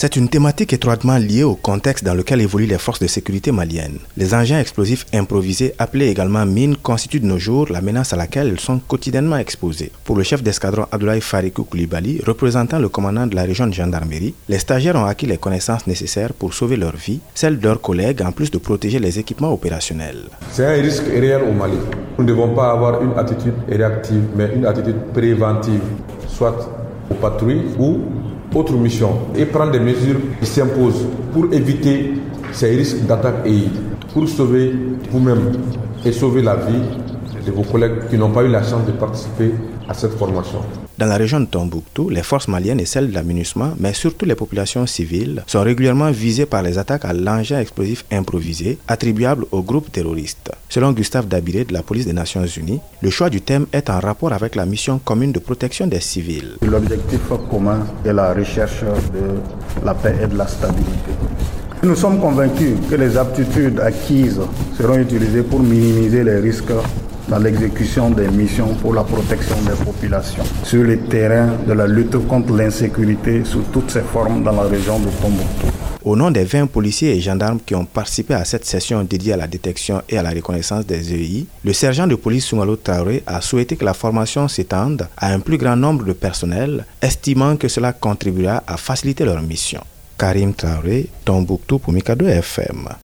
C'est une thématique étroitement liée au contexte dans lequel évoluent les forces de sécurité maliennes. Les engins explosifs improvisés, appelés également mines, constituent de nos jours la menace à laquelle ils sont quotidiennement exposés. Pour le chef d'escadron Abdoulaye Farikou Koulibaly, représentant le commandant de la région de gendarmerie, les stagiaires ont acquis les connaissances nécessaires pour sauver leur vie, celles de leurs collègues, en plus de protéger les équipements opérationnels. C'est un risque réel au Mali. Nous ne devons pas avoir une attitude réactive, mais une attitude préventive, soit aux patrouilles ou autre mission, et prendre des mesures qui s'imposent pour éviter ces risques d'attaque et pour sauver vous-même et sauver la vie de vos collègues qui n'ont pas eu la chance de participer à cette formation. Dans la région de Tombouctou, les forces maliennes et celles de la MINUSMA, mais surtout les populations civiles, sont régulièrement visées par les attaques à l'engin explosif improvisé attribuables aux groupes terroristes. Selon Gustave Dabiré de la police des Nations Unies, le choix du thème est en rapport avec la mission commune de protection des civils. L'objectif commun est la recherche de la paix et de la stabilité. Nous sommes convaincus que les aptitudes acquises seront utilisées pour minimiser les risques dans l'exécution des missions pour la protection des populations sur le terrain de la lutte contre l'insécurité sous toutes ses formes dans la région de Tombouctou. Au nom des 20 policiers et gendarmes qui ont participé à cette session dédiée à la détection et à la reconnaissance des EI, le sergent de police Soumalo Traoré a souhaité que la formation s'étende à un plus grand nombre de personnels, estimant que cela contribuera à faciliter leur mission. Karim Traoré, Tombouctou pour Mikado FM.